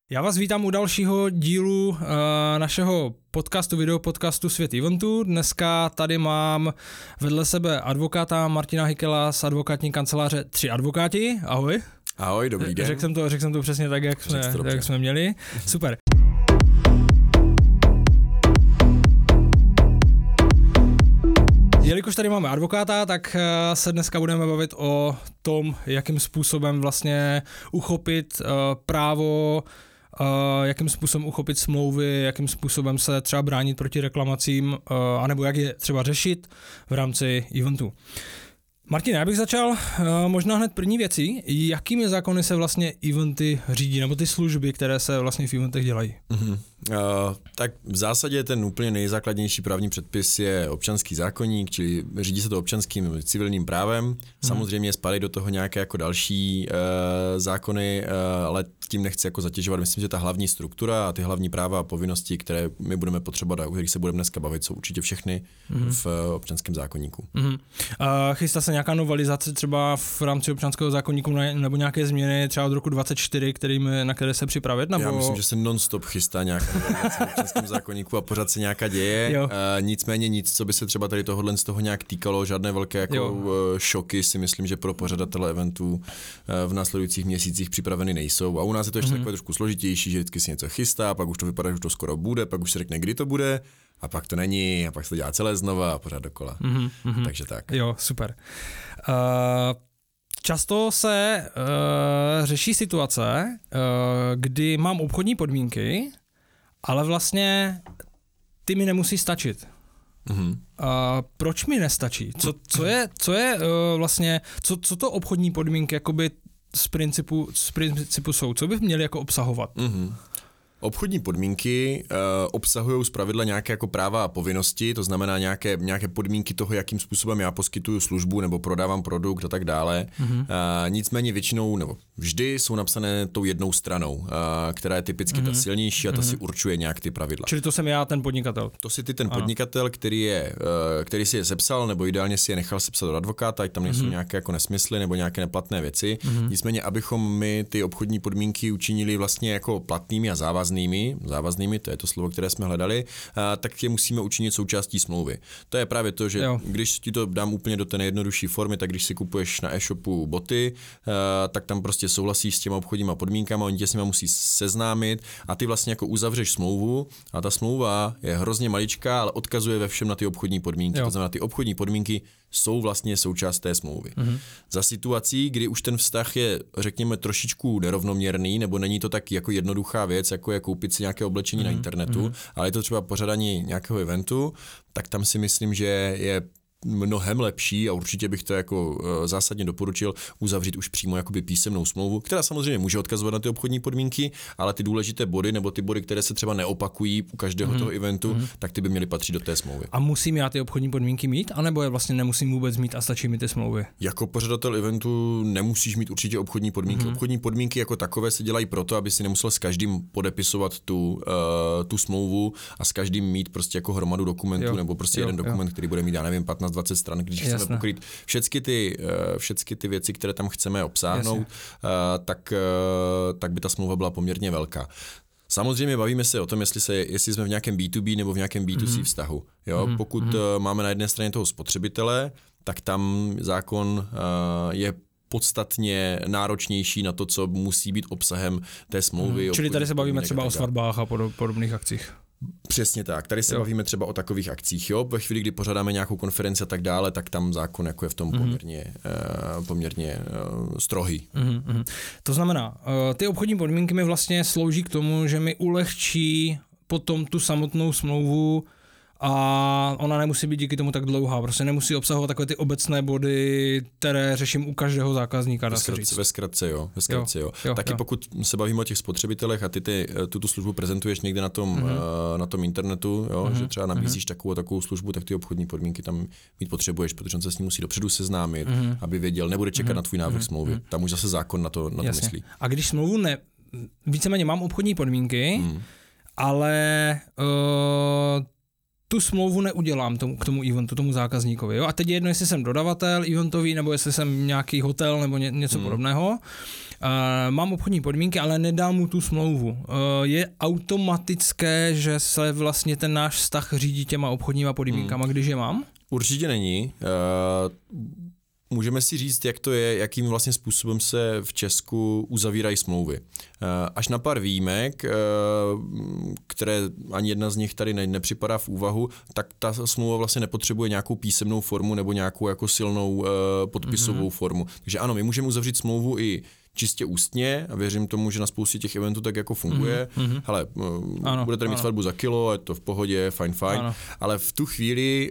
Já vás vítám u dalšího dílu našeho videopodcastu Svět eventu. Dneska tady mám vedle sebe advokáta Martina Hykela z advokátní kanceláře 3 advokáti. Ahoj. Ahoj, dobrý den. Řekl jsem to přesně tak, jak jsme měli. Super. Jelikož tady máme advokáta, tak se dneska budeme bavit o tom, jakým způsobem vlastně uchopit právo, jakým způsobem uchopit smlouvy, jakým způsobem se třeba bránit proti reklamacím, anebo jak je třeba řešit v rámci eventu. Martin, já bych začal možná hned první věcí. Jakými zákony se vlastně eventy řídí, nebo ty služby, které se vlastně v eventech dělají? Tak v zásadě ten úplně nejzákladnější právní předpis je občanský zákoník, čili řídí se to občanským civilním právem. Samozřejmě spadají do toho nějaké jako další zákony, ale tím nechci jako zatěžovat. Myslím, že ta hlavní struktura a ty hlavní práva a povinnosti, které my budeme potřebovat a o kterých se budeme dneska bavit, jsou určitě všechny v občanském zákoníku. Chystá se nějaká novelizace třeba v rámci občanského zákoníku nebo nějaké změny třeba od roku 2024, na které se připravit? Nebo... Já myslím, že se non-stop chystá nějaká novelizace v občanském zákoníku a pořád se nějaká děje. Nicméně nic, co by se třeba tady tohohle z toho nějak týkalo, žádné velké jako šoky si myslím, že pro pořadatele eventů v následujících měsících připraveny nejsou. A u nás je to ještě takové trošku složitější, že vždycky si něco chystá, pak už to vypadá, že už to skoro bude, pak už se řekne, kdy to bude, a pak to není, a pak se to dělá celé znova a pořád dokola. Takže tak. Jo, super. Často se řeší situace, kdy mám obchodní podmínky, ale vlastně ty mi nemusí stačit. Proč mi nestačí? Co je vlastně, co to obchodní podmínky jakoby z principu jsou? Co by měly jako obsahovat? Obchodní podmínky obsahují zpravidla nějaké jako práva a povinnosti, to znamená nějaké podmínky toho, jakým způsobem já poskytuju službu nebo prodávám produkt a tak dále. Nicméně většinou nebo vždy jsou napsané tou jednou stranou, která je typicky ta silnější a ta si určuje nějak ty pravidla. Čili to jsem já, ten podnikatel. To si ty ten podnikatel, který si je sepsal, nebo ideálně si je nechal sepsat od advokáta, ať tam nejsou nějaké jako nesmysly nebo nějaké neplatné věci. Nicméně, abychom my ty obchodní podmínky učinili vlastně jako platnými a závaznými, to je to slovo, které jsme hledali, tak je musíme učinit součástí smlouvy. To je právě to, že když ti to dám úplně do té nejjednodušší formy, tak když si kupuješ na e-shopu boty, tak tam prostě souhlasíš s těma obchodníma podmínkama, oni tě s nimi musí seznámit a ty vlastně jako uzavřeš smlouvu a ta smlouva je hrozně maličká, ale odkazuje ve všem na ty obchodní podmínky. To znamená, ty obchodní podmínky jsou vlastně součást té smlouvy. Za situací, kdy už ten vztah je, řekněme, trošičku nerovnoměrný, nebo není to tak jako jednoduchá věc, jako je koupit si nějaké oblečení na internetu, ale je to třeba pořadání nějakého eventu, tak tam si myslím, že je mnohem lepší a určitě bych to jako zásadně doporučil uzavřít už přímo jakoby písemnou smlouvu, která samozřejmě může odkazovat na ty obchodní podmínky, ale ty důležité body nebo ty body, které se třeba neopakují u každého toho eventu, tak ty by měly patřit do té smlouvy. A musím já ty obchodní podmínky mít, anebo je vlastně nemusím vůbec mít a stačí mi ty smlouvy? Jako pořadatel eventu nemusíš mít určitě obchodní podmínky. Obchodní podmínky jako takové se dělají proto, aby si nemusel s každým podepisovat tu smlouvu a s každým mít prostě jako hromadu dokumentů nebo prostě jeden dokument, který bude mít, já nevím, 15-20 stran, když chceme pokryt všechny ty věci, které tam chceme obsáhnout, tak by ta smlouva byla poměrně velká. Samozřejmě bavíme se o tom, jestli jsme v nějakém B2B nebo v nějakém B2C vztahu. Jo? Pokud máme na jedné straně toho spotřebitele, tak tam zákon je podstatně náročnější na to, co musí být obsahem té smlouvy. Čili tady se bavíme třeba o svatbách a podobných akcích. Přesně tak. Tady se bavíme třeba o takových akcích. Jo? Ve chvíli, kdy pořádáme nějakou konferenci a tak dále, tak tam zákon jako je v tom poměrně strohý. To znamená, ty obchodní podmínky mi vlastně slouží k tomu, že mi ulehčí potom tu samotnou smlouvu a ona nemusí být díky tomu tak dlouhá. Prostě nemusí obsahovat takové ty obecné body, které řeším u každého zákazníka. Ve zkratce jo. Taky pokud se bavíme o těch spotřebitelech a ty tuto službu prezentuješ někde na tom internetu, jo, že třeba nabízíš takovou službu, tak ty obchodní podmínky tam mít potřebuješ, protože on se s ním musí dopředu seznámit, aby věděl, nebude čekat na tvůj návrh smlouvy. Tam už zase zákon na to myslí. A když smlouvu víceméně mám obchodní podmínky, ale tu smlouvu neudělám k tomu eventu, tomu zákazníkovi. Jo? A teď je jedno, jestli jsem dodavatel eventový, nebo jestli jsem nějaký hotel nebo něco podobného. mám obchodní podmínky, ale nedám mu tu smlouvu. Je automatické, že se vlastně ten náš vztah řídí těma obchodníma podmínkama, když je mám? Určitě není. Můžeme si říct, jak to je, jakým vlastně způsobem se v Česku uzavírají smlouvy. Až na pár výjimek, které ani jedna z nich tady nepřipadá v úvahu, tak ta smlouva vlastně nepotřebuje nějakou písemnou formu nebo nějakou jako silnou podpisovou formu. Takže ano, my můžeme uzavřít smlouvu i čistě ústně a věřím tomu, že na spoustě těch eventů tak jako funguje. Hele, budete mít svatbu za kilo, je to v pohodě, fajn, ale v tu chvíli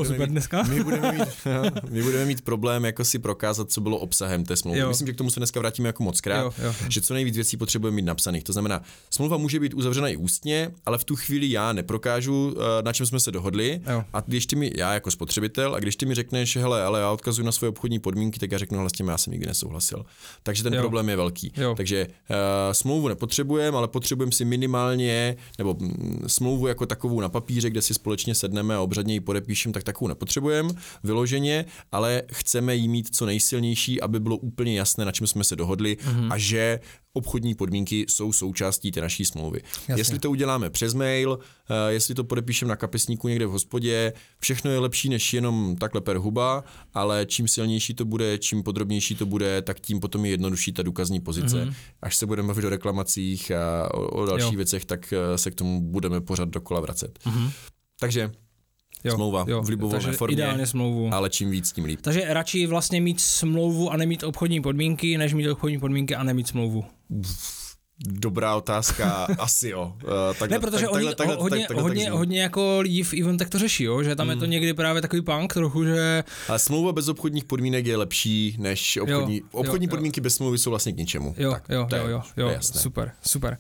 my budeme mít problém jako si prokázat, co bylo obsahem té smlouvy. Jo. Myslím, že k tomu se dneska vrátíme jako mockrát, že co nejvíc věcí potřebujeme mít napsaných. To znamená, smlouva může být uzavřena i ústně, ale v tu chvíli já neprokážu, na čem jsme se dohodli. A když ty mi, já jako spotřebitel, a když ty mi řekneš, hele, ale já odkazuji na svoje obchodní podmínky, tak já řeknu, hele, s tím já jsem nikdy nesouhlasil. Takže ten problém je velký. Takže smlouvu nepotřebujeme, ale potřebujeme si minimálně, nebo smlouvu jako takovou na papíře, kde si společně sedneme a obřadně ji podepíšeme, tak takovou nepotřebujeme vyloženě, ale chceme jí mít co nejsilnější, aby bylo úplně jasné, na čem jsme se dohodli a že obchodní podmínky jsou součástí té naší smlouvy. Jasně. Jestli to uděláme přes mail, jestli to podepíšeme na kapesníku někde v hospodě, všechno je lepší než jenom takhle per huba, ale čím silnější to bude, čím podrobnější to bude, tak tím potom je jednodušší ta důkazní pozice. Až se budeme bavit o reklamacích a o dalších věcech, tak se k tomu budeme pořád dokola vracet. Takže smlouva v libovolné formě, ale čím víc, tím líp. Takže radši vlastně mít smlouvu a nemít obchodní podmínky, než mít obchodní podmínky a nemít smlouvu. Dobrá otázka, asi jo. Ne, protože hodně jako lidí v eventech to řeší, jo? Že tam je to někdy právě takový punk trochu, že... Ale smlouva bez obchodních podmínek je lepší než obchodní podmínky bez smlouvy jsou vlastně k ničemu. Jo, super.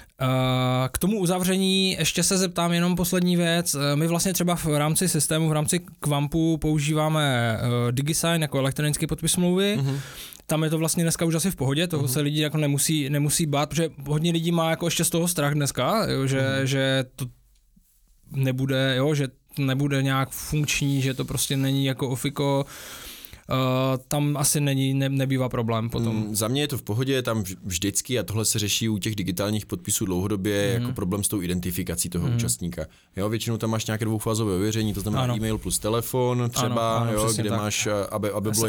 K tomu uzavření ještě se zeptám jenom poslední věc. My vlastně třeba v rámci systému, v rámci Kvampu používáme DigiSign jako elektronický podpis smlouvy. Tam je to vlastně dneska už asi v pohodě, toho se lidi jako nemusí bát, protože hodně lidí má jako ještě z toho strach dneska, jo, že to nebude, jo, že to nebude nějak funkční, že to prostě není jako ofiko. Tam asi nebývá problém potom. Za mě je to v pohodě, tam vždycky, a tohle se řeší u těch digitálních podpisů dlouhodobě, jako problém s tou identifikací toho účastníka. Jo, většinou tam máš nějaké dvoufázové ověření, to znamená e-mail plus telefon třeba, kde tak máš, aby bylo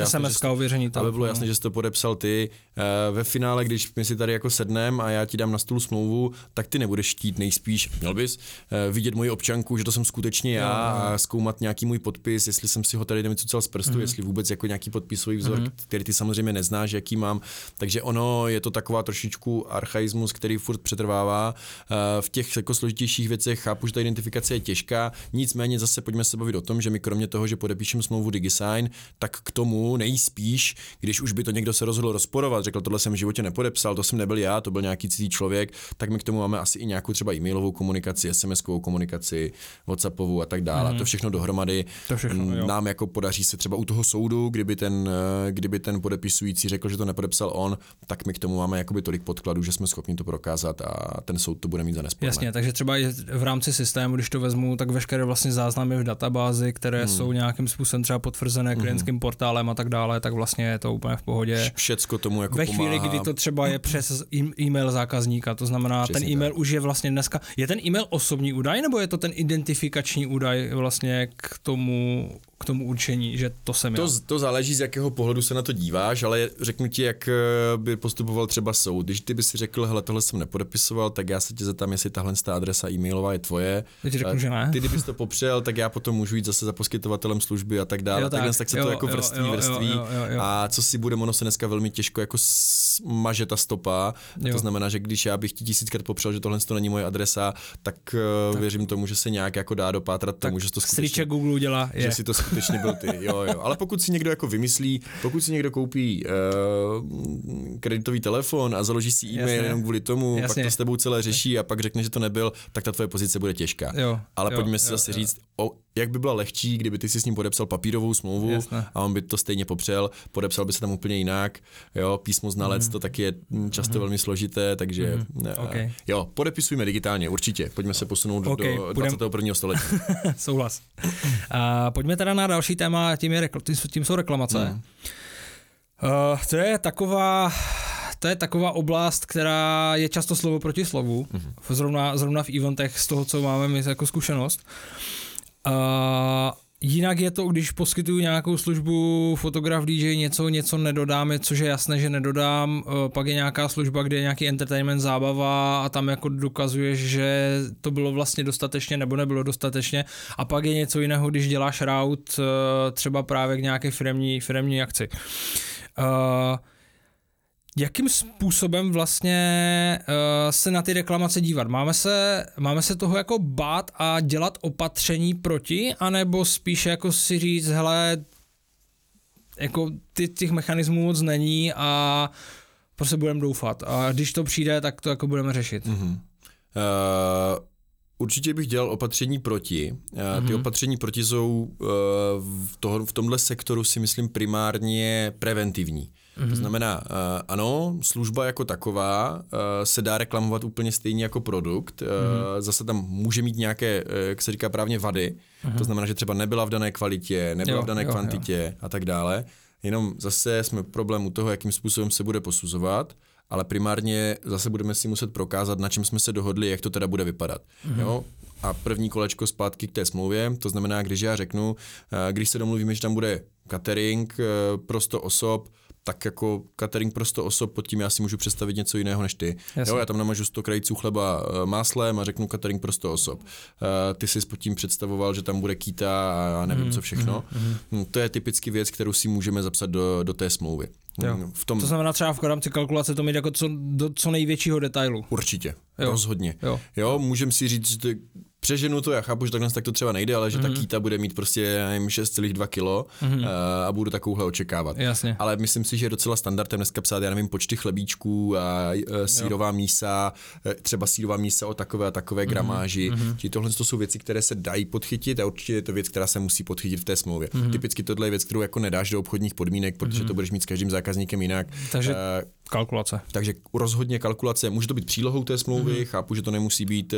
jasné, že jsi to podepsal ty. Ve finále, když my si tady jako sedneme a já ti dám na stůl smlouvu, tak ty nebudeš chtít nejspíš, měl bys vidět moji občanku, že to jsem skutečně já a zkoumat nějaký můj podpis, jestli jsem si ho tady nevycucal z prstu, jestli vůbec jako nějaký podpisový vzor, který ty samozřejmě neznáš, jaký mám. Takže ono je to taková trošičku archaismus, který furt přetrvává. V těch jako složitějších věcech chápu, že ta identifikace je těžká, nicméně zase pojďme se bavit o tom, že my kromě toho, že podepíšeme smlouvu DigiSign, tak k tomu nejspíš, když už by to někdo se rozhodl rozporovat, řekl, tohle jsem v životě nepodepsal, to jsem nebyl já, to byl nějaký cizí člověk, tak my k tomu máme asi i nějakou třeba e-mailovou komunikaci, SMS-kovou komunikaci, WhatsAppovou a tak dále. To všechno dohromady nám jako podaří se třeba u toho soudu, kdyby ten podepisující řekl, že to nepodepsal on, tak my k tomu máme jakoby tolik podkladů, že jsme schopni to prokázat a ten soud to bude mít za nesporné. Jasně, takže třeba i v rámci systému, když to vezmu, tak veškeré vlastně záznamy v databázi, které jsou nějakým způsobem třeba potvrzené klientským portálem a tak dále, tak vlastně je to úplně v pohodě. Všecko tomu jako ve chvíli, kdy to třeba je přes e-mail zákazníka, to znamená, přesně ten e-mail už je vlastně dneska, je ten e-mail osobní údaj, nebo je to ten identifikační údaj vlastně k tomu určení, že to jsem já? To záleží, z jakého pohledu se na to díváš, ale řeknu ti, jak by postupoval třeba soud. Když ty by si řekl, hele, tohle jsem nepodepisoval, tak já se tě zeptám, jestli tahle adresa e-mailová je tvoje. Já ti řeknu, že ne. Ty, kdybys to popřel, tak já potom můžu jít zase za poskytovatelem služby a tak dále. Tak se to jako vrství. A co si bude, ono se dneska velmi těžko jako maže ta stopa. To znamená, že když já bych ti 1000krát popřel, že tohle to není moje adresa, tak věřím tomu, že se nějak jako dá dopátrat tomu, že to skutečně Google udělá, že si to skutečně byl ty. Jo. Ale pokud si někdo jako vymyslí, pokud si někdo koupí kreditový telefon a založí si e-mail jenom kvůli tomu, pak to s tebou celé řeší a pak řekne, že to nebyl, tak ta tvoje pozice bude těžká. Ale pojďme si zase říct, jak by byla lehčí, kdyby ty si s ním podepsal papírovou smlouvu a on by to stejně popřel, podepsal by se tam úplně jinak. Jo, písmo znalec, to taky je často velmi složité, takže podepisujme digitálně, určitě. Pojďme se posunout do 21. století. Souhlas. Pojďme teda na další téma, tím jsou reklamace. To je to je taková oblast, která je často slovo proti slovu, zrovna v eventech z toho, co máme my jako zkušenost. Jinak je to, když poskytuju nějakou službu, fotograf, DJ, něco nedodám, což je jasné, že nedodám, pak je nějaká služba, kde je nějaký entertainment, zábava a tam jako dokazuješ, že to bylo vlastně dostatečně nebo nebylo dostatečně a pak je něco jiného, když děláš route třeba právě k nějaké firemní akci. Jakým způsobem vlastně se na ty reklamace dívat? Máme se toho jako bát a dělat opatření proti, anebo spíš jako si říct, hele, jako těch mechanismů moc není a prostě budeme doufat. A když to přijde, tak to jako budeme řešit. Určitě bych dělal opatření proti. Ty opatření proti jsou v tomhle sektoru si myslím primárně preventivní. To znamená, ano, služba jako taková se dá reklamovat úplně stejně jako produkt. Zase tam může mít nějaké, jak se říká právně, vady. To znamená, že třeba nebyla v dané kvalitě, nebyla v dané kvantitě a tak dále. Jenom zase jsme problém u toho, jakým způsobem se bude posuzovat, ale primárně zase budeme si muset prokázat, na čem jsme se dohodli, jak to teda bude vypadat. Jo? A první kolečko zpátky k té smlouvě, to znamená, když já řeknu, když se domluvíme, že tam bude catering pro 100 osob, tak jako catering pro 100 osob, pod tím já si můžu představit něco jiného než ty. Jo, já tam namažu 100 krajíců chleba máslem a řeknu catering pro 100 osob. Ty jsi pod tím představoval, že tam bude kýta a nevím co všechno. To je typicky věc, kterou si můžeme zapsat do té smlouvy. To znamená třeba v rámci kalkulace to mít jako do co největšího detailu. Určitě, rozhodně. Jo, můžem si říct, že přeženu to, já chápu, že takhle tak to třeba nejde, ale že ta kýta bude mít prostě 6,2 kilo a budu takovouhle očekávat. Jasně. Ale myslím si, že je docela standardem dneska psát, já nevím, počty chlebíčků a sýrová mísa, třeba sýrová mísa o takové a takové gramáži. Či tohle to jsou věci, které se dají podchytit a určitě je to věc, která se musí podchytit v té smlouvě. Typicky tohle je věc, kterou jako nedáš do obchodních podmínek, protože to budeš mít s každým zákazníkem jinak. Takže kalkulace. Takže rozhodně kalkulace může to být přílohou té smlouvy, chápu, že to nemusí být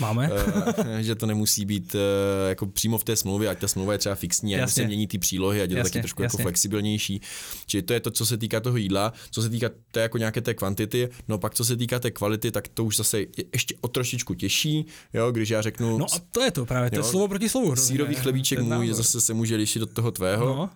že to nemusí být jako přímo v té smlouvě, ať ta smlouva je třeba fixní, ať se mění ty přílohy, ať je to taky trošku jako flexibilnější. Čili to je to, co se týká toho jídla, co se týká té jako nějaké té kvantity, no pak co se týká té kvality, tak to už zase je ještě o trošičku těžší, jo, když já řeknu. No a to je to právě, to je slovo proti slovu. Sýrový chlebíček můj zase se může lišit od toho tvého. No.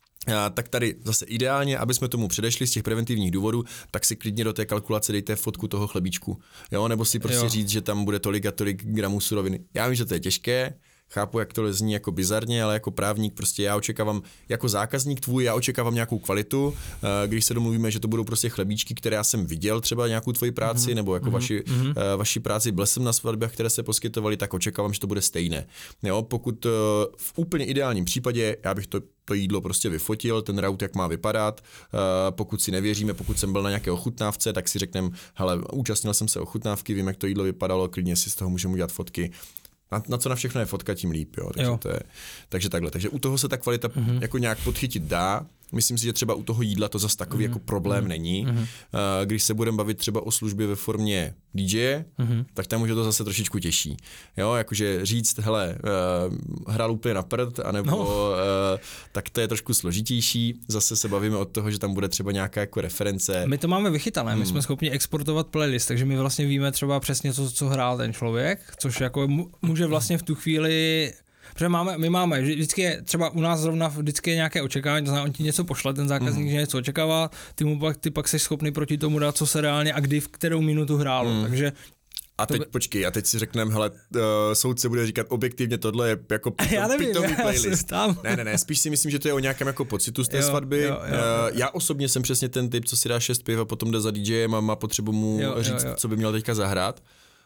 Tak tady zase ideálně, aby jsme tomu předešli z těch preventivních důvodů, tak si klidně do té kalkulace dejte fotku toho chlebíčku. Jo, nebo si prostě říct, že tam bude tolik a tolik gramů suroviny. Já vím, že to je těžké, chápu, jak to zní jako bizarně, ale jako právník prostě já očekávám, jako zákazník tvůj, já očekávám nějakou kvalitu, když se domluvíme, že to budou prostě chlebíčky, které já jsem viděl, třeba nějakou tvoji práci, nebo jako vaši práci, byl jsem na svatbách, které se poskytovaly, tak očekávám, že to bude stejné. Jo, pokud v úplně ideálním případě, já bych to jídlo prostě vyfotil, ten route, jak má vypadat. Pokud si nevěříme, pokud jsem byl na nějaké ochutnávce, tak si řekneme, hele, účastnil jsem se ochutnávky, vím, jak to jídlo vypadalo, klidně si z toho můžeme udělat fotky. Na co na všechno je fotka, tím líp, jo. Takže takhle. Takže u toho se ta kvalita jako nějak podchytit dá. Myslím si, že třeba u toho jídla to zas takový jako problém není. Když se budeme bavit třeba o službě ve formě DJ, tak tam už je to zase trošičku těžší. Jo, jakože říct, hele, hrál úplně na prd, anebo tak to je trošku složitější. Zase se bavíme od toho, že tam bude třeba nějaká jako reference. My to máme vychytané, my jsme schopni exportovat playlist, takže my vlastně víme třeba přesně co hrál ten člověk, což jako může vlastně v tu chvíli. Protože my máme, vždycky je, třeba u nás zrovna vždycky je nějaké očekávání, to znamená, on ti něco pošle, ten zákazník, že něco očekává, ty pak jsi schopný proti tomu dát, co se reálně a kdy v kterou minutu hrálo, takže. A teď počkej, a teď si řekneme, hele, soudce bude říkat objektivně, tohle je jako pitomý playlist. Ne, spíš si myslím, že to je o nějakém jako pocitu z té svatby. Jo. Já osobně jsem přesně ten typ, co si dá 6 piv a potom jde za DJem a má potřebu mu říct, co by měl teďka zahrát.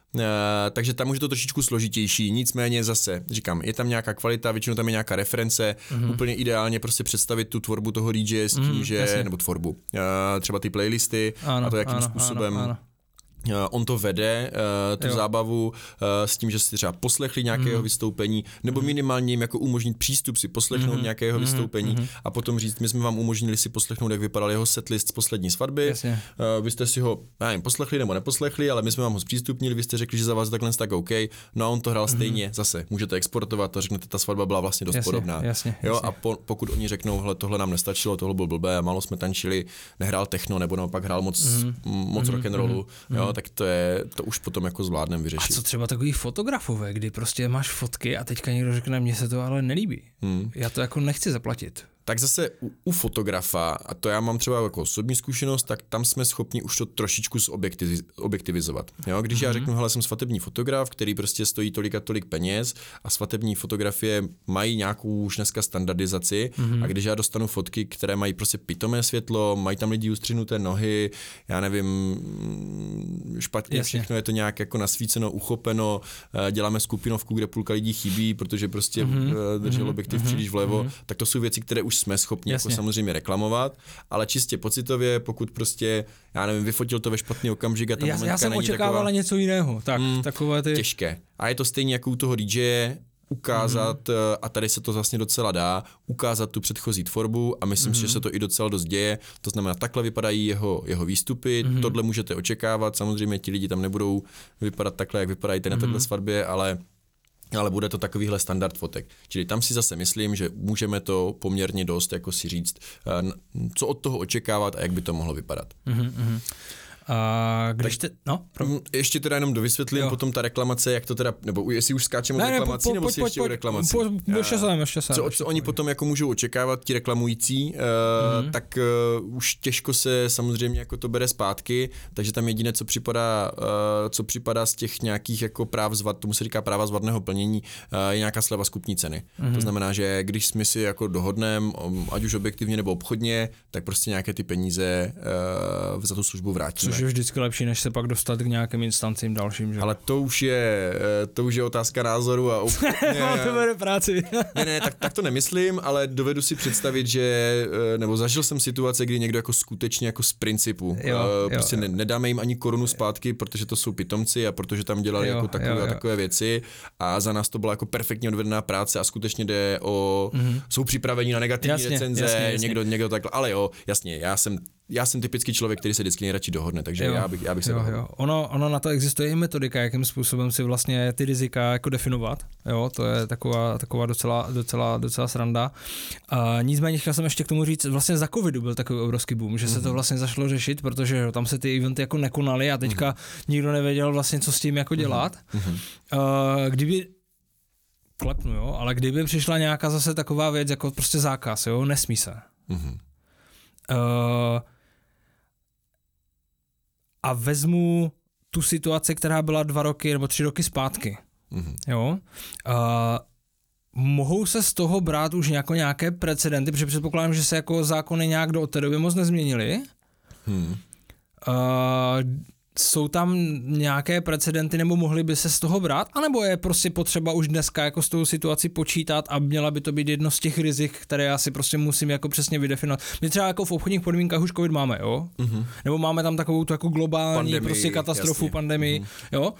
Takže tam už je to trošičku složitější, nicméně zase, říkám, je tam nějaká kvalita, většinou tam je nějaká reference, úplně ideálně prostě představit tu tvorbu toho DJ s tím, že, nebo tvorbu, třeba ty playlisty a to jakým způsobem On to vede, tu zábavu s tím, že si třeba poslechli nějakého vystoupení, nebo minimálně jim jako umožnit přístup si poslechnout nějakého vystoupení a potom říct, my jsme vám umožnili si poslechnout, jak vypadal jeho setlist z poslední svatby. Vy jste si ho, poslechli nebo neposlechli, ale my jsme vám ho zpřístupnili, vy jste řekli, že za vás takhle tak OK, no a on to hrál stejně, zase můžete exportovat a řeknete, ta svatba byla vlastně dost podobná. Jo, a pokud oni řeknou, hele, tohle nám nestačilo, tohle bylo blbé a málo jsme tančili, nehrál techno nebo naopak hrál moc rock and rollu, jo, tak to už potom jako zvládnem vyřešit. A co třeba takový fotografové, kdy prostě máš fotky a teďka někdo řekne, mně se to ale nelíbí. Já to jako nechci zaplatit. Tak zase u fotografa, a to já mám třeba jako osobní zkušenost, tak tam jsme schopni už to trošičku objektivizovat. Jo? Když já řeknu, hele, jsem svatební fotograf, který prostě stojí tolik a tolik peněz a svatební fotografie mají nějakou už dneska standardizaci a když já dostanu fotky, které mají prostě pitomé světlo, mají tam lidi ustřihnuté nohy, já nevím, špatně všechno je to nějak jako nasvíceno, uchopeno, děláme skupinovku, kde půlka lidí chybí, protože prostě držel objektiv příliš vlevo, tak to jsou věci, které už jsme schopni jako samozřejmě reklamovat, ale čistě pocitově, pokud prostě, já nevím, vyfotil to ve špatný okamžik a ta momentka já jsem očekávala něco jiného, tak takové ty... Těžké. A je to stejně jako u toho DJ, ukázat, a tady se to vlastně docela dá, ukázat tu předchozí tvorbu a myslím si, že se to i docela dost děje, to znamená, takhle vypadají jeho výstupy, tohle můžete očekávat, samozřejmě ti lidi tam nebudou vypadat takhle, jak vypadají na této svatbě, ale bude to takovýhle standard fotek. Čili tam si zase myslím, že můžeme to poměrně dost jako si říct, co od toho očekávat a jak by to mohlo vypadat. A když ještě teda jenom dovysvětlím potom ta reklamace, jak to teda, nebo jestli už skáčeme od reklamací, nebo si ještě o reklamaci. Co oni potom jako můžou očekávat, ti reklamující, tak už těžko se samozřejmě jako to bere zpátky, takže tam jediné, co připadá z těch nějakých jako tomu se říká práva zvadného plnění, je nějaká sleva z kupní ceny. To znamená, že když jsme si jako dohodneme, ať už objektivně nebo obchodně, tak prostě nějaké ty peníze za tu službu vrátíme. Což je vždycky lepší, než se pak dostat k nějakým instancím dalším, že? Ale to už je otázka názoru a to bude práci. ne, tak to nemyslím, ale dovedu si představit, že nebo zažil jsem situace, kdy někdo jako skutečně jako z principu prostě nedáme jim ani korunu zpátky, protože to jsou pitomci a protože tam dělali jako takové věci a za nás to byla jako perfektně odvedená práce a skutečně jde o jsou připraveni na negativní recenze, jasně. Někdo takhle, ale jo, jasně, já jsem typický člověk, který se vždycky nejradši dohodne, takže já bych se dohodl. Ono na to existuje i metodika, jakým způsobem si vlastně ty rizika jako definovat. Jo, to je taková docela sranda. Nicméně chtěl jsem ještě k tomu říct, vlastně za covidu byl takový obrovský boom, že se to vlastně zašlo řešit, protože tam se ty eventy jako nekonaly a teďka nikdo nevěděl vlastně, co s tím jako dělat. Kdyby klepnu, jo, ale kdyby přišla nějaká zase taková věc, jako prostě zákaz, jo, nesmí se. A vezmu tu situaci, která byla 2 roky nebo 3 roky zpátky. Jo? Mohou se z toho brát už nějaké precedenty, protože předpokládám, že se jako zákony nějak do té doby moc nezměnily. Jsou tam nějaké precedenty, nebo mohly by se z toho brát, anebo je prostě potřeba už dneska jako s tou situací počítat a měla by to být jedno z těch rizik, které já si prostě musím jako přesně vydefinovat. My třeba jako v obchodních podmínkách už covid máme, jo? Nebo máme tam takovou tu jako globální pandemii, prostě katastrofu, pandemii, jo?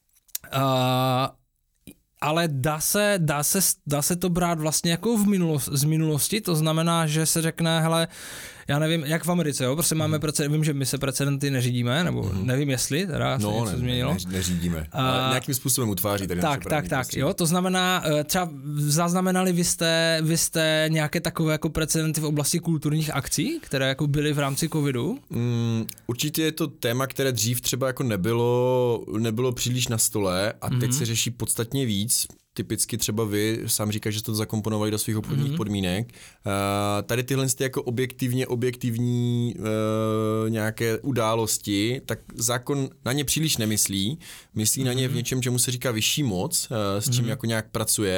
Ale dá se to brát vlastně jako z minulosti, to znamená, že se řekne, hele, já nevím, jak v Americe, jo, prostě máme vím, že my se precedenty neřídíme, nebo nevím, jestli teda se něco změnilo. Neřídíme, ale nějakým způsobem utváří. Tak, jo, to znamená, třeba zaznamenali vy jste nějaké takové jako precedenty v oblasti kulturních akcí, které jako byly v rámci covidu? Určitě je to téma, které dřív třeba jako nebylo příliš na stole a teď se řeší podstatně víc. Typicky třeba vy sám říkáš, že jste to zakomponovali do svých obchodních podmínek. Tady tyhle jako objektivní nějaké události, tak zákon na ně příliš nemyslí. Myslí na ně v něčem, čemu se říká vyšší moc, s čím jako nějak pracuje.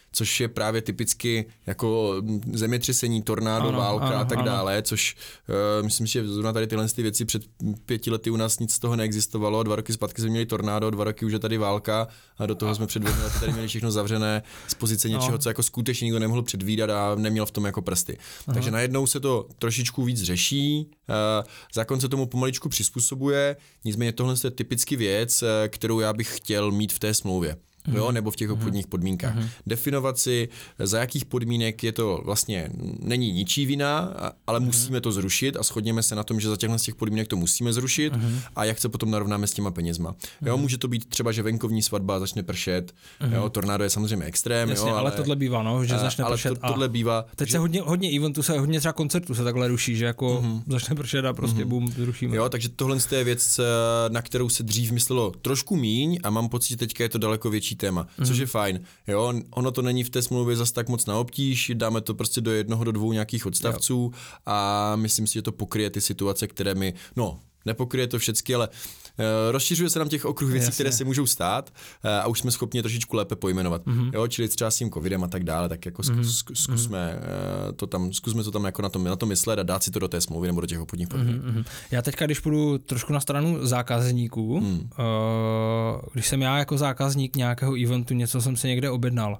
což je právě typicky jako zemětřesení, tornádo, válka a tak dále, což myslím, že zrovna tady tyhle věci před 5 lety u nás nic z toho neexistovalo, 2 roky zpátky jsme měli tornádo, 2 roky už je tady válka a do toho jsme před 2 lety tady měli všechno zavřené z pozice něčeho, co jako skutečně nikdo nemohl předvídat a neměl v tom jako prsty. Takže najednou se to trošičku víc řeší, zákon se tomu pomaličku přizpůsobuje, nicméně tohle je typicky věc, kterou já bych chtěl mít v té smlouvě. Jo, nebo v těch obchodních podmínkách. Definovat si, za jakých podmínek je to vlastně, není ničí vina, ale musíme to zrušit a shodněme se na tom, že za těchto z těch podmínek to musíme zrušit a jak se potom narovnáme s těma penězma. Jo, může to být třeba, že venkovní svatba začne pršet, jo, tornádo je samozřejmě extrém. Jasně, jo, ale tohle bývá, no, že začne pršet. Tohle bývá. Teď že... se hodně eventů, hodně třeba koncertů se takhle ruší, že jako začne pršet a prostě bum, zrušíme. Jo, takže tohle je věc, na kterou se dřív myslelo trošku míň a mám pocit, že teďka je to daleko větší téma, což je fajn. Jo, ono to není v té smlouvě zas tak moc na obtíž, dáme to prostě do 1 do 2 nějakých odstavců a myslím si, že to pokryje ty situace, které mi, nepokryje to všecky, ale rozšiřuje se nám těch okruh věcí, které se můžou stát a už jsme schopni trošičku lépe pojmenovat. Jo, čili třeba s tím covidem a tak dále, tak jako zkusme to tam jako na to myslet a dát si to do té smlouvy nebo do těch obchodních podmínek. Já teďka, když půjdu trošku na stranu zákazníků, když jsem já jako zákazník nějakého eventu, něco jsem si někde objednal,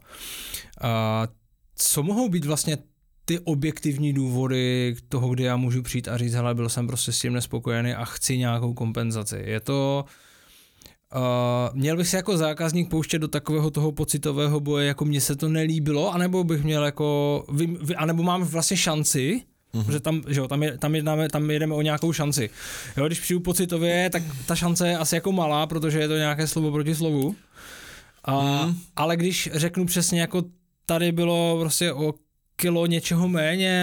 co mohou být vlastně ty objektivní důvody toho, kdy já můžu přijít a říct, hele, byl jsem prostě s tím nespokojený a chci nějakou kompenzaci. Je to... měl bych se jako zákazník pouštět do takového toho pocitového boje, jako mně se to nelíbilo, anebo bych měl jako... anebo mám vlastně šanci, protože tam jedeme o nějakou šanci. Jo, když přijdu pocitově, tak ta šance je asi jako malá, protože je to nějaké slovo proti slovu. Ale když řeknu přesně jako tady bylo prostě o kilo něčeho méně,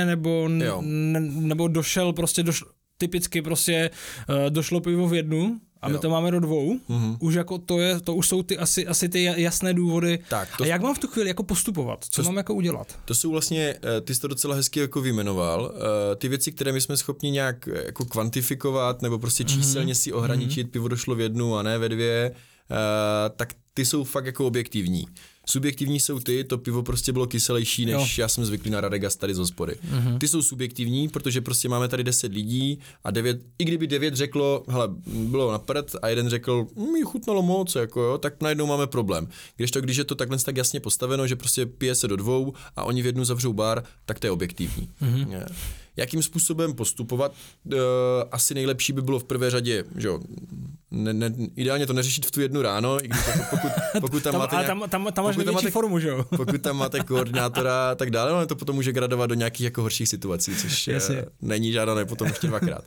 nebo typicky prostě došlo pivo v 1 a my to máme do 2, už jako to už jsou ty asi ty jasné důvody. A jak mám v tu chvíli jako postupovat? Co mám jako udělat? To jsou vlastně, ty jsi to docela hezky jako vyjmenoval, ty věci, které my jsme schopni nějak jako kvantifikovat, nebo prostě číselně si ohraničit, pivo došlo v 1 a ne ve 2, tak ty jsou fakt jako objektivní. Subjektivní jsou ty, to pivo prostě bylo kyselější, než já jsem zvyklý na Radegast tady z hospody. Ty jsou subjektivní, protože prostě máme tady 10 lidí a 9, i kdyby 9 řeklo, hele, bylo na prd a jeden řekl, mi chutnalo moc, jako jo, tak najednou máme problém. Když je to takhle tak jasně postaveno, že prostě pije se do 2 a oni v 1 zavřou bar, tak to je objektivní. Jakým způsobem postupovat? Asi nejlepší by bylo v prvé řadě, že jo, ideálně to neřešit v tu 1 ráno, i když pokud tam máte tam máš největší formu, že jo? Pokud tam máte koordinátora a tak dále, ale to potom může gradovat do nějakých jako horších situací, což není žádné potom ještě 2krát.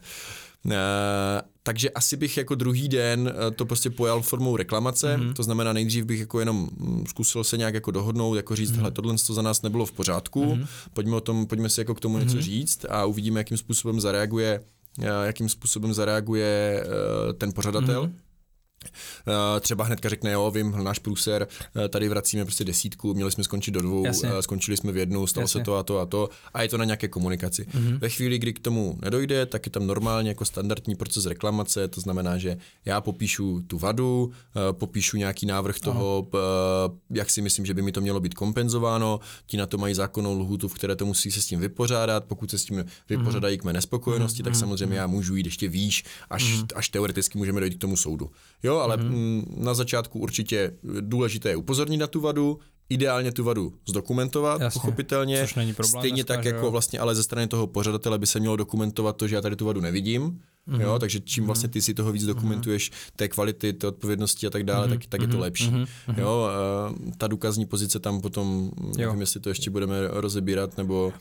Takže asi bych jako druhý den to prostě pojal formou reklamace, to znamená nejdřív bych jako jenom zkusil se nějak jako dohodnout, jako říct, hele, tohle za nás nebylo v pořádku, pojďme si jako k tomu něco říct a uvidíme, jakým způsobem zareaguje ten pořadatel. Třeba hnedka řekne, jo, vím, náš průser, tady vracíme prostě 10, měli jsme skončit do 2, skončili jsme v 1, stalo se to a to a je to na nějaké komunikaci. Ve chvíli, kdy k tomu nedojde, tak je tam normálně jako standardní proces reklamace, to znamená, že já popíšu tu vadu, popíšu nějaký návrh toho, jak si myslím, že by mi to mělo být kompenzováno, ti na to mají zákonnou lhůtu, v které to musí se s tím vypořádat, pokud se s tím vypořádají k mé nespokojenosti, tak samozřejmě já můžu jít ještě výš, až teoreticky můžeme dojít k tomu soudu. Jo, ale na začátku určitě důležité je upozornit na tu vadu, ideálně tu vadu zdokumentovat, pochopitelně. Což není problém stejně dneska, tak jako vlastně, ale ze strany toho pořadatele by se mělo dokumentovat to, že já tady tu vadu nevidím. Jo, takže čím vlastně ty si toho víc dokumentuješ, té kvality, té odpovědnosti a tak dále, tak je to lepší. Jo, ta důkazní pozice tam potom, nevím, jestli to ještě budeme rozebírat, nebo...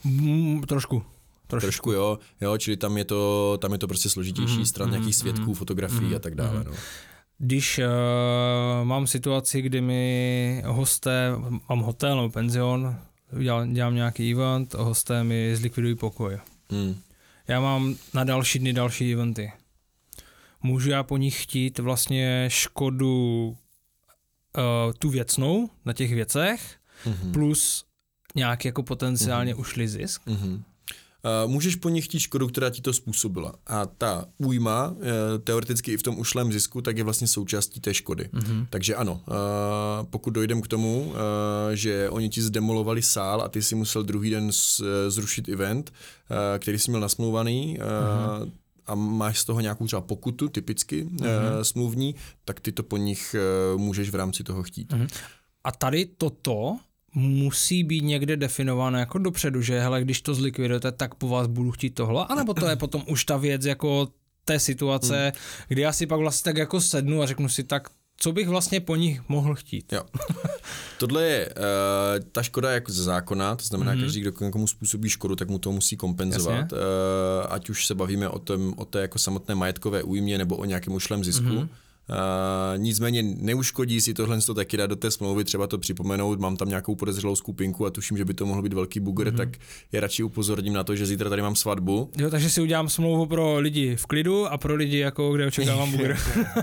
Trošku jo, čili tam je to prostě složitější stran nějakých svědků, fotografií a tak dále. No. Když mám situaci, kdy mi hosté, mám hotel nebo penzion, dělám nějaký event, hosté mi zlikvidují pokoj. Já mám na další dny další eventy. Můžu já po nich chtít vlastně škodu tu věcnou na těch věcech, plus nějaký jako potenciálně ušlý zisk? můžeš po nich chtít škodu, která ti to způsobila. A ta újma, teoreticky i v tom ušlém zisku, tak je vlastně součástí té škody. Takže ano, pokud dojdem k tomu, že oni ti zdemolovali sál a ty si musel druhý den zrušit event, který jsi měl nasmlouvaný, a máš z toho nějakou třeba pokutu, typicky smluvní, tak ty to po nich můžeš v rámci toho chtít. A tady toto musí být někde definované jako dopředu, že hele, když to zlikvidujete, tak po vás budu chtít tohle, anebo to je potom už ta věc jako té situace, kdy já si pak vlastně tak jako sednu a řeknu si tak, co bych vlastně po nich mohl chtít. Jo. Tohle je ta škoda jako ze zákona, to znamená, každý, kdo někomu způsobí škodu, tak mu to musí kompenzovat. Ať už se bavíme o té jako samotné majetkové újmě nebo o nějakém ušlém zisku. Nicméně neuškodí si tohle taky dát do té smlouvy, třeba to připomenout, mám tam nějakou podezřelou skupinku a tuším, že by to mohl být velký bugr, tak je radši upozorním na to, že zítra tady mám svatbu. Jo, takže si udělám smlouvu pro lidi v klidu a pro lidi, jako kde očekávám bugr.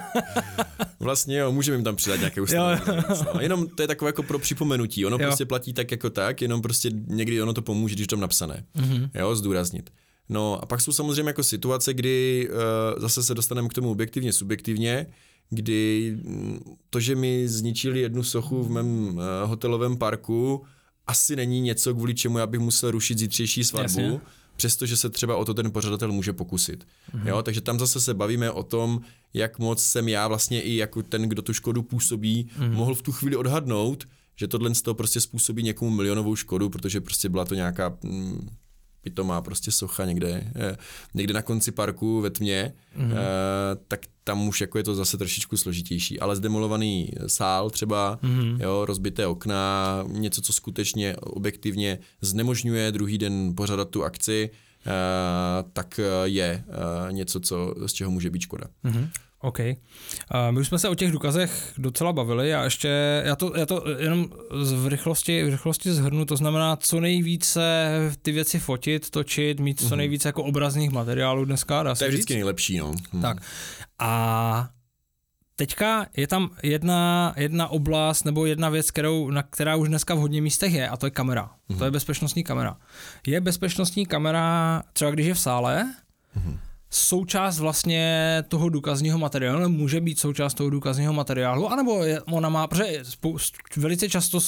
Vlastně jo, můžeme jim tam přidat nějaké ustanovení. Jenom to je takové jako pro připomenutí, ono prostě platí tak jako tak, jenom prostě někdy ono to pomůže, když to tam napsané. Jo, zdůraznit. No a pak jsou samozřejmě jako situace, kdy zase se dostaneme k tomu objektivně, subjektivně, kdy to, že mi zničili jednu sochu v mém hotelovém parku, asi není něco, kvůli čemu já bych musel rušit zítřejší svatbu, přestože se třeba o to ten pořadatel může pokusit. Jo, takže tam zase se bavíme o tom, jak moc jsem já vlastně i jako ten, kdo tu škodu působí, mohl v tu chvíli odhadnout, že tohle z toho prostě způsobí někomu milionovou škodu, protože prostě byla to nějaká pitomá prostě socha někde na konci parku ve tmě, tak tam už jako je to zase trošičku složitější, ale zdemolovaný sál třeba, jo, rozbité okna, něco, co skutečně objektivně znemožňuje druhý den pořadat tu akci, tak je něco, z čeho může být škoda. OK. My už jsme se o těch důkazech docela bavili a ještě, já to jenom v rychlosti shrnu, to znamená co nejvíce ty věci fotit, točit, mít co nejvíce jako obrazných materiálů dneska, dá se to je vždycky říct? nejlepší, no. Tak. A teďka je tam jedna oblast nebo jedna věc, která už dneska v hodně místech je, a to je kamera. To je bezpečnostní kamera. Je bezpečnostní kamera, třeba když je v sále, součást vlastně toho důkazního materiálu, může být součást toho důkazního materiálu, anebo ona má, protože velice často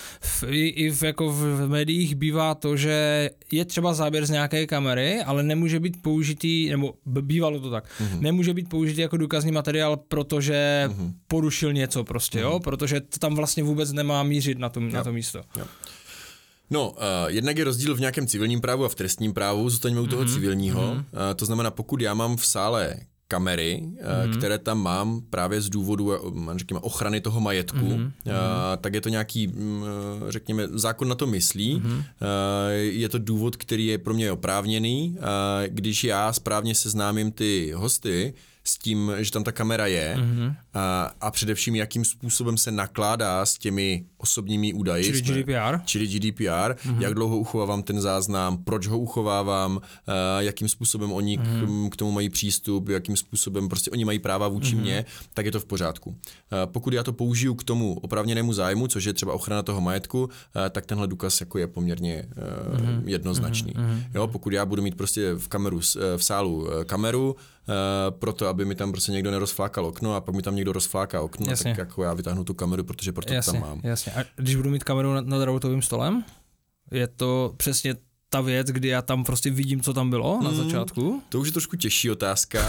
jako v médiích bývá to, že je třeba záběr z nějaké kamery, ale nemůže být použitý, nebo bývalo to tak, nemůže být použitý jako důkazní materiál, protože porušil něco prostě, jo, protože to tam vlastně vůbec nemá mířit na to místo. Jo. No, jednak je rozdíl v nějakém civilním právu a v trestním právu, zůstaňme u toho civilního. To znamená, pokud já mám v sále kamery, které tam mám právě z důvodu, řekněme, ochrany toho majetku, tak je to nějaký, řekněme, zákon na to myslí. Je to důvod, který je pro mě oprávněný. Když já správně seznámím ty hosty s tím, že tam ta kamera je a především jakým způsobem se nakládá s těmi osobními údaji. Čili GDPR. Jak dlouho uchovávám ten záznam, proč ho uchovávám, jakým způsobem oni k tomu mají přístup, jakým způsobem prostě oni mají práva vůči mně, tak je to v pořádku. Pokud já to použiju k tomu oprávněnému zájmu, což je třeba ochrana toho majetku, tak tenhle důkaz jako je poměrně jednoznačný. Jo, pokud já budu mít prostě v sálu kameru, proto, aby mi tam prostě někdo nerozflákal okno a pak mi tam někdo rozfláká okno, tak jako já vytáhnu tu kameru, protože proto tam mám. Jasně. A když budu mít kameru nad routovým stolem, je to přesně ta věc, kdy já tam prostě vidím, co tam bylo na začátku? To už je trošku těžší otázka.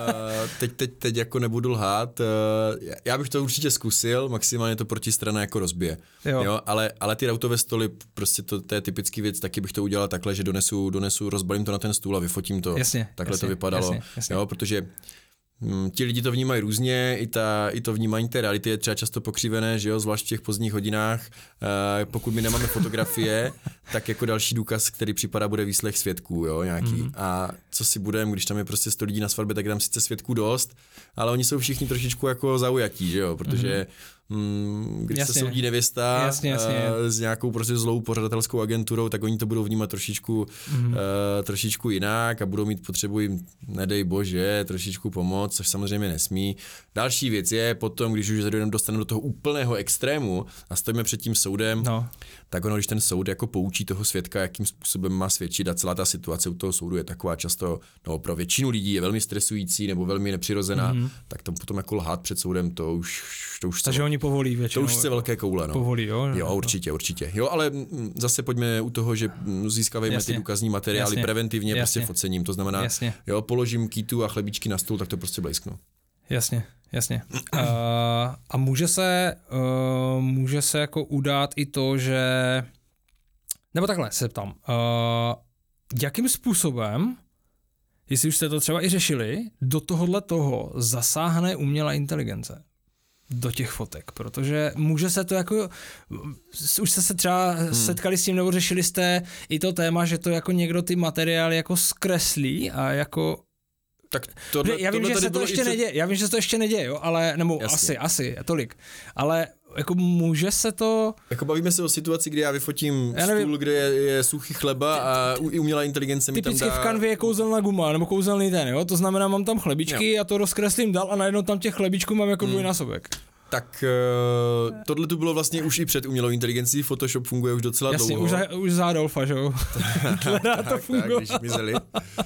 Teď jako nebudu lhát. Já bych to určitě zkusil, maximálně to protistrana jako rozbije. Jo, ale ty routové stoly, prostě to je typický věc, taky bych to udělal takhle, že donesu, rozbalím to na ten stůl a vyfotím to. Takhle to vypadalo. Jasně. Jo, protože ti lidi to vnímají různě, i to vnímání té reality je třeba často pokřivené, že jo, zvlášť v těch pozdních hodinách. Pokud my nemáme fotografie, tak jako další důkaz, který připadá, bude výslech svědků, jo, nějaký. A co si budeme, když tam je prostě 100 lidí na svatbě, tak je tam sice svědků dost, ale oni jsou všichni trošičku jako zaujatí, že jo, protože když Jasně. se soudí nevěsta Jasně. s nějakou prostě zlou pořadatelskou agenturou, tak oni to budou vnímat trošičku jinak a budou mít potřebu jim, nedej bože, trošičku pomoct, což samozřejmě nesmí. Další věc je potom, když už dostaneme do toho úplného extrému a stojíme před tím soudem, tak ono, když ten soud jako poučí toho svědka, jakým způsobem má svědčit a celá ta situace u toho soudu je taková často, no pro většinu lidí je velmi stresující nebo velmi nepřirozená, tak tam potom jako lhát před soudem, to už takže oni povolí většinou. To už chce velké koule, no. Povolí, jo? Jo, určitě. Jo, ale zase pojďme u toho, že získávejme ty důkazní materiály preventivně prostě focením, to znamená, jo, položím kýtu a chlebíčky na stůl, tak to prostě blejsknu. Jasně. A může se jako udát i to, že, nebo takhle se ptám, jakým způsobem, jestli už jste to třeba i řešili, do toho zasáhne umělá inteligence do těch fotek, protože může se to jako, už jste se třeba setkali s tím, nebo řešili jste i to téma, že to jako někdo ty materiály jako zkreslí a jako tak já vím, že se to ještě neděje, jo, ale, nebo asi, tolik, ale jako může se to... Jako bavíme se o situaci, kdy já vyfotím stůl, kde je suchý chleba a umělá inteligence mi tam dá... Typicky v kanvě je kouzelná guma, nebo kouzelný ten, jo, to znamená, mám tam chlebičky, já to rozkreslím dál a najednou tam těch chlebičků mám jako dvojnásobek. Tak tohle tu bylo vlastně už i před umělou inteligencí, Photoshop funguje už docela dlouho. Už za Adolfa, že jo? tak, když mizeli.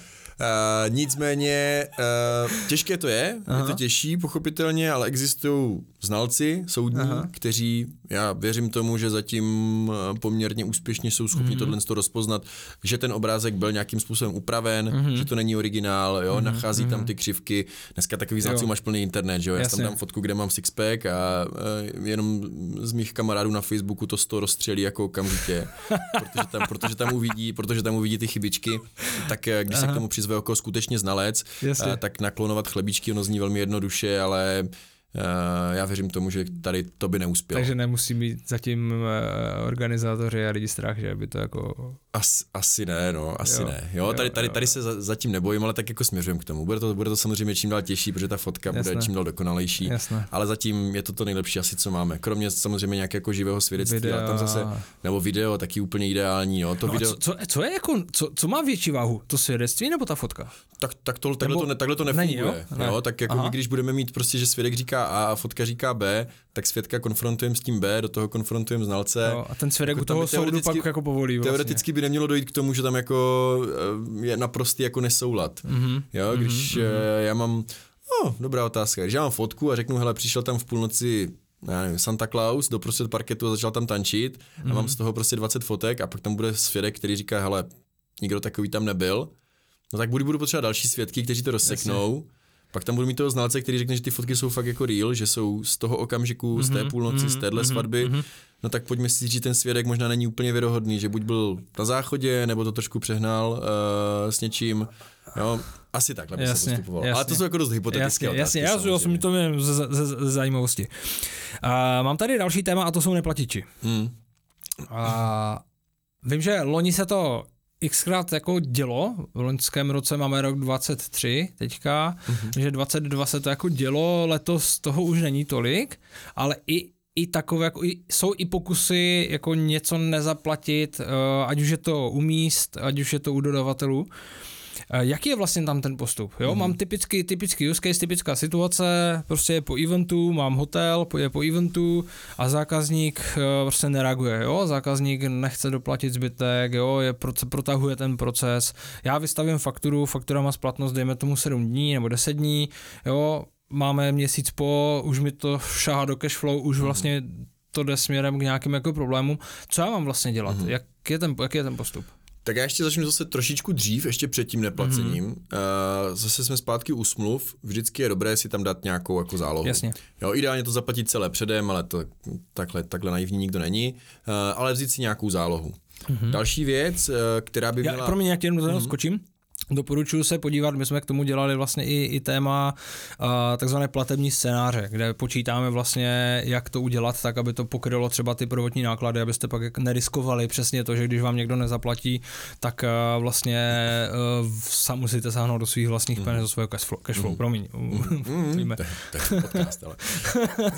Nicméně těžké to je to těžší, pochopitelně, ale existují znalci soudní, kteří, já věřím tomu, že zatím poměrně úspěšně jsou schopni tohle rozpoznat, že ten obrázek byl nějakým způsobem upraven, že to není originál, jo, nachází tam ty křivky. Dneska takových znalců máš plný internet, že jo, já tam dám fotku, kde mám sixpack a jenom z mých kamarádů na Facebooku to 100 rozstřelí jako okamžitě, protože tam uvidí ty chybičky, tak když se k tomu přizve jako skutečně znalec, tak naklonovat chlebíčky, ono zní velmi jednoduše, ale já věřím tomu, že tady to by neuspělo. Takže nemusí mít zatím organizátoři a lidi strach, že by to jako... Asi ne. Jo, tady se zatím nebojím, ale tak jako směřujem k tomu. Bude to samozřejmě čím dál těžší, protože ta fotka bude čím dál dokonalejší. Ale zatím je to nejlepší asi, co máme. Kromě samozřejmě nějakého jako živého svědectví, ale tam zase, nebo video, taky úplně ideální. Jo. Co je jako, co má větší váhu? To svědectví nebo ta fotka? Takhle to nefunguje. Jo, tak jako my, když budeme mít prostě, že svědek říká A a fotka říká B, tak svědka konfrontujeme s tím B, do toho konfrontujeme znalce. A ten svědek jako u toho soudu pak jako povolí. Vlastně. Teoreticky by nemělo dojít k tomu, že tam jako je naprostý jako nesoulad. Jo, když já mám, dobrá otázka, když já mám fotku a řeknu, hele, přišel tam v půlnoci, já nevím, Santa Claus do prostřed parketu a začal tam tančit a mám z toho prostě 20 fotek a pak tam bude svědek, který říká, hele, nikdo takový tam nebyl, no tak budu potřebovat další svědky, kteří to rozseknou. Pak tam budu mít toho znalce, který řekne, že ty fotky jsou fakt jako real, že jsou z toho okamžiku, z té půlnoci, z téhle svatby. No tak pojďme si říct, že ten svědek možná není úplně věrohodný, že buď byl na záchodě, nebo to trošku přehnal s něčím. Jo, asi takhle by se postupovalo. Ale to jsou jako dost hypotetické otázky. Jasně, já jsem to měl ze zajímavosti. Mám tady další téma a to jsou neplatiči. Vím, že loni se to xkrát jako dělo, v loňském roce máme rok 23 teďka, že 22 se to jako dělo, letos toho už není tolik, ale i takové, jako jsou i pokusy jako něco nezaplatit, ať už je to u míst, ať už je to u dodavatelů. Jaký je vlastně tam ten postup? Jo? Mám typický use case, typická situace, prostě je po eventu, mám hotel, je po eventu a zákazník prostě nereaguje, jo? Zákazník nechce doplatit zbytek, jo? Protahuje ten proces, já vystavím fakturu, faktura má splatnost, dejme tomu 7 dní nebo 10 dní, jo? Máme měsíc už mi to šahá do cashflow, už vlastně to jde směrem k nějakým jako problémům. Co já mám vlastně dělat? Jaký je ten postup? Tak já ještě začnu zase trošičku dřív, ještě před tím neplacením. Zase jsme zpátky u smluv. Vždycky je dobré si tam dát nějakou jako zálohu. Jasně. Jo, ideálně to zaplatit celé předem, ale to takhle naivní nikdo není. Ale vzít si nějakou zálohu. Další věc, která by měla... Promiň, jak jenom skočím. Doporučuji se podívat, my jsme k tomu dělali vlastně i téma takzvané platební scénáře, kde počítáme vlastně, jak to udělat tak, aby to pokrylo třeba ty prvotní náklady, abyste pak neriskovali přesně to, že když vám někdo nezaplatí, tak vlastně sám musíte sáhnout do svých vlastních peněz, do svého cashflow. Promiň. To je podcast, ale...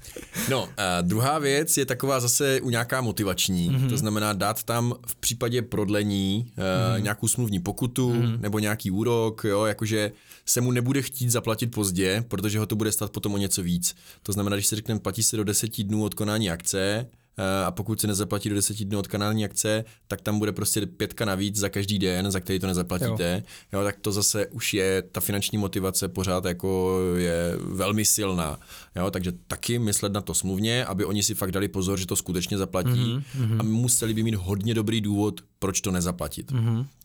No, a druhá věc je taková zase u nějaká motivační, to znamená dát tam v případě prodlení nějakou smluvní pokutu nebo nějaký úrok, jo, jakože se mu nebude chtít zaplatit pozdě, protože ho to bude stát potom o něco víc. To znamená, když se řekne, platí se do 10 dnů od konání akce, a pokud se nezaplatí do 10 dnů od konání akce, tak tam bude prostě 5 navíc za každý den, za který to nezaplatíte. Jo, tak to zase už je, ta finanční motivace pořád jako je velmi silná. Jo, takže taky myslet na to smluvně, aby oni si fakt dali pozor, že to skutečně zaplatí a museli by mít hodně dobrý důvod, proč to nezaplatit.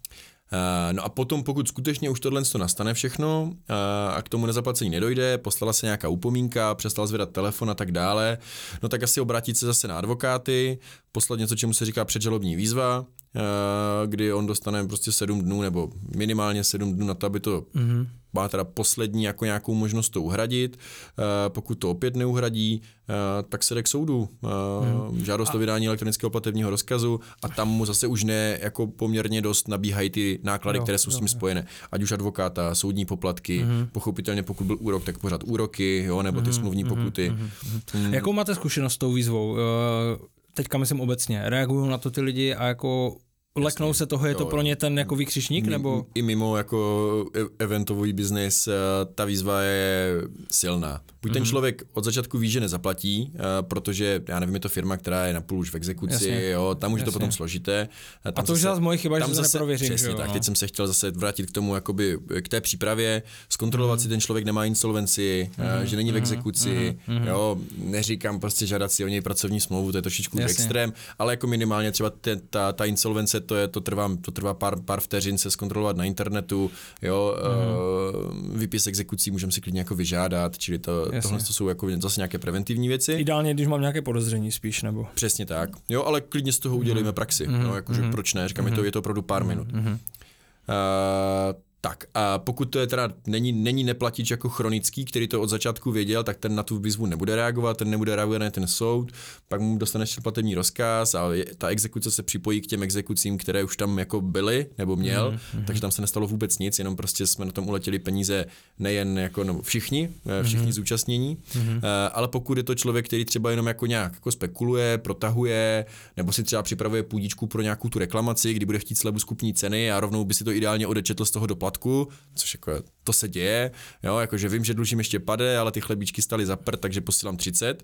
No a potom, pokud skutečně už tohle nastane všechno a k tomu nezaplacení nedojde, poslala se nějaká upomínka, přestal zvedat telefon a tak dále, no tak asi obrátit se zase na advokáty, poslat něco, čemu se říká předžalobní výzva, kdy on dostane prostě 7 dnů nebo minimálně 7 dnů na to, aby to má teda poslední jako nějakou možnost to uhradit. Pokud to opět neuhradí, tak se jde k soudu. Žádost o vydání elektronického platebního rozkazu a tam mu zase už ne jako poměrně dost nabíhají ty náklady, které jsou s tím spojené. Ať už advokáta, soudní poplatky, pochopitelně pokud byl úrok, tak pořád úroky, jo, nebo ty smluvní pokuty. Jakou máte zkušenost s tou výzvou? Teďka myslím obecně. Reagují na to ty lidi a jako leknou se toho, je to pro ně ten jako výkřičník, nebo? I mimo jako eventový biznis ta výzva je silná. Buď ten člověk od začátku ví, že nezaplatí, protože, já nevím, je to firma, která je napůl už v exekuci, jo, tam už je to potom složité. A to už zase moje chyba, že se neprověřím. Přesně tak, teď jsem se chtěl zase vrátit k tomu, jakoby k té přípravě, zkontrolovat si ten člověk nemá insolvenci, že není v exekuci, jo, neříkám prostě žádat si o něj pracovní smlouvu, to je trošičku extrém, ale jako minimálně třeba ta insolvence, to trvá pár vteřin se zkontrolovat na internetu, jo, výpis exekucí můžeme si klidně jako vyžádat, čili tohle to jsou jako zase nějaké preventivní věci. Ideálně, když mám nějaké podezření spíš, nebo? Přesně tak, jo, ale klidně z toho udělejme praxi, no, jakože proč ne, říkám, je to opravdu pár minut. Tak a pokud to je teda není neplatič jako chronický, který to od začátku věděl, tak ten na tu výzvu nebude reagovat, ten nebude reagovat na ten soud, pak mu dostaneš platební rozkaz a ta exekuce se připojí k těm exekucím, které už tam jako byly nebo měl, takže tam se nestalo vůbec nic, jenom prostě jsme na tom uletěli peníze nejen jako všichni zúčastnění, ale pokud je to člověk, který třeba jenom jako nějak jako spekuluje, protahuje, nebo si třeba připravuje půdičku pro nějakou tu reklamaci, kdy bude chtít slevu z kupní ceny a rovnou by si to ideálně odečetl z toho doplatku, což jako to se děje, jo, jakože vím, že dlužím ještě pade, ale ty chlebíčky staly za prd, takže posílám 30.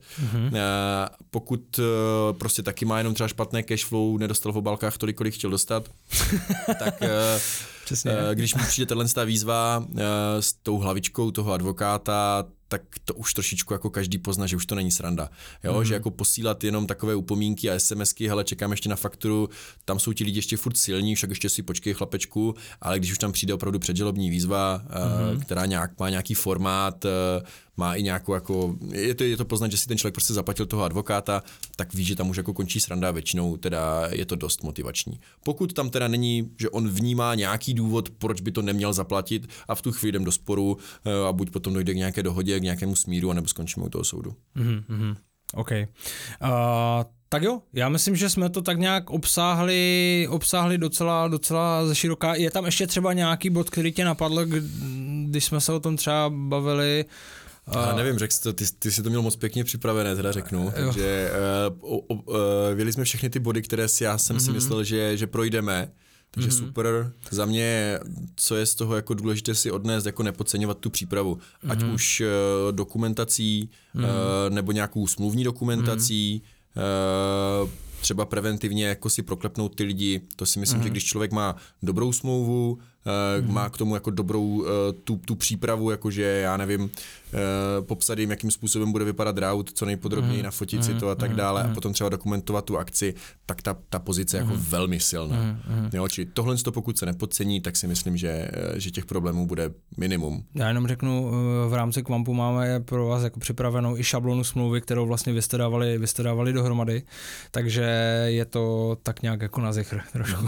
Pokud prostě taky má jenom třeba špatné cash flow, nedostal v obálkách tolik, kolik chtěl dostat, tak když mu přijde tato výzva s tou hlavičkou toho advokáta, tak to už trošičku jako každý pozná, že už to není sranda. Jo, že jako posílat jenom takové upomínky a SMSky, hele, čekám ještě na fakturu, tam jsou ti lidi ještě furt silní, však ještě si počkej chlapečku, ale když už tam přijde opravdu předžalobní výzva, která má nějaký formát, má i nějakou jako, je to poznat, že si ten člověk prostě zaplatil toho advokáta, tak ví, že tam už jako končí sranda, většinou teda je to dost motivační. Pokud tam teda není, že on vnímá nějaký důvod, proč by to neměl zaplatit a v tu chvíli jdem do sporu a buď potom dojde k nějaké dohodě, k nějakému smíru, anebo skončíme u toho soudu. OK. Tak jo, já myslím, že jsme to tak nějak obsáhli docela ze široká. Je tam ještě třeba nějaký bod, který tě napadl, když jsme se o tom třeba bavili? Já nevím, řekl jsi ty jsi to měl moc pěkně připravené, teda řeknu. Takže věděli jsme všechny ty body, které já jsem si myslel, že projdeme. Takže super. Za mě, co je z toho jako důležité si odnést, jako nepodceňovat tu přípravu. Ať už dokumentací, nebo nějakou smluvní dokumentací, třeba preventivně jako si proklepnout ty lidi. To si myslím, že když člověk má dobrou smlouvu, má k tomu jako dobrou tu přípravu, jakože já nevím, popsat jim, jakým způsobem bude vypadat route, co nejpodrobněji nafotit si to a tak dále a potom třeba dokumentovat tu akci, tak ta pozice je jako velmi silná. Jo, čili tohle, pokud se nepodcení, tak si myslím, že těch problémů bude minimum. Já jenom řeknu, v rámci Kvampu máme pro vás jako připravenou i šablonu smlouvy, kterou vlastně vy jste dávali dohromady, takže je to tak nějak jako na zichr trošku.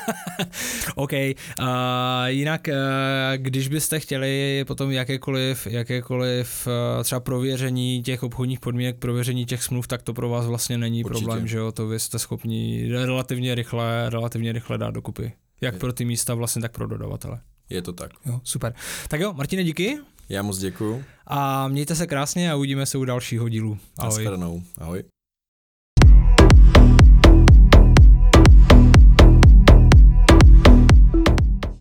OK. Jinak, když byste chtěli potom jakékoliv třeba prověření těch obchodních podmínek, prověření těch smluv, tak to pro vás vlastně není problém, že jo, to vy jste schopni relativně rychle dát dokupy. Jak pro ty místa vlastně, tak pro dodavatele. Je to tak. Jo, super. Tak jo, Martine, díky. Já moc děkuju. A mějte se krásně a uvidíme se u dalšího dílu. Ahoj. Naschledanou. Ahoj.